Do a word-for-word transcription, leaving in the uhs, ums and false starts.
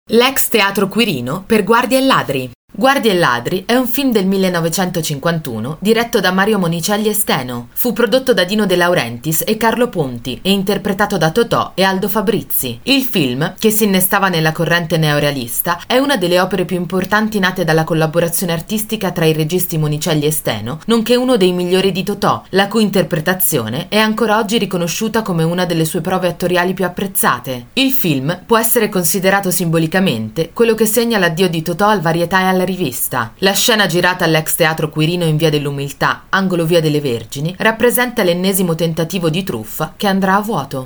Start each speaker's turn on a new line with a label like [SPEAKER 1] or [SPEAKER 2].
[SPEAKER 1] L'ex Teatro Quirino per Guardie e Ladri. Guardie e Ladri è un film del millenovecentocinquantuno diretto da Mario Monicelli e Steno. Fu prodotto da Dino De Laurentiis e Carlo Ponti e interpretato da Totò e Aldo Fabrizi. Il film, che si innestava nella corrente neorealista, è una delle opere più importanti nate dalla collaborazione artistica tra i registi Monicelli e Steno, nonché uno dei migliori di Totò, la cui interpretazione è ancora oggi riconosciuta come una delle sue prove attoriali più apprezzate. Il film può essere considerato simbolicamente quello che segna l'addio di Totò al varietà e alla rivista. La scena girata all'ex Teatro Quirino in Via dell'Umiltà, angolo Via delle Vergini, rappresenta l'ennesimo tentativo di truffa che andrà a vuoto.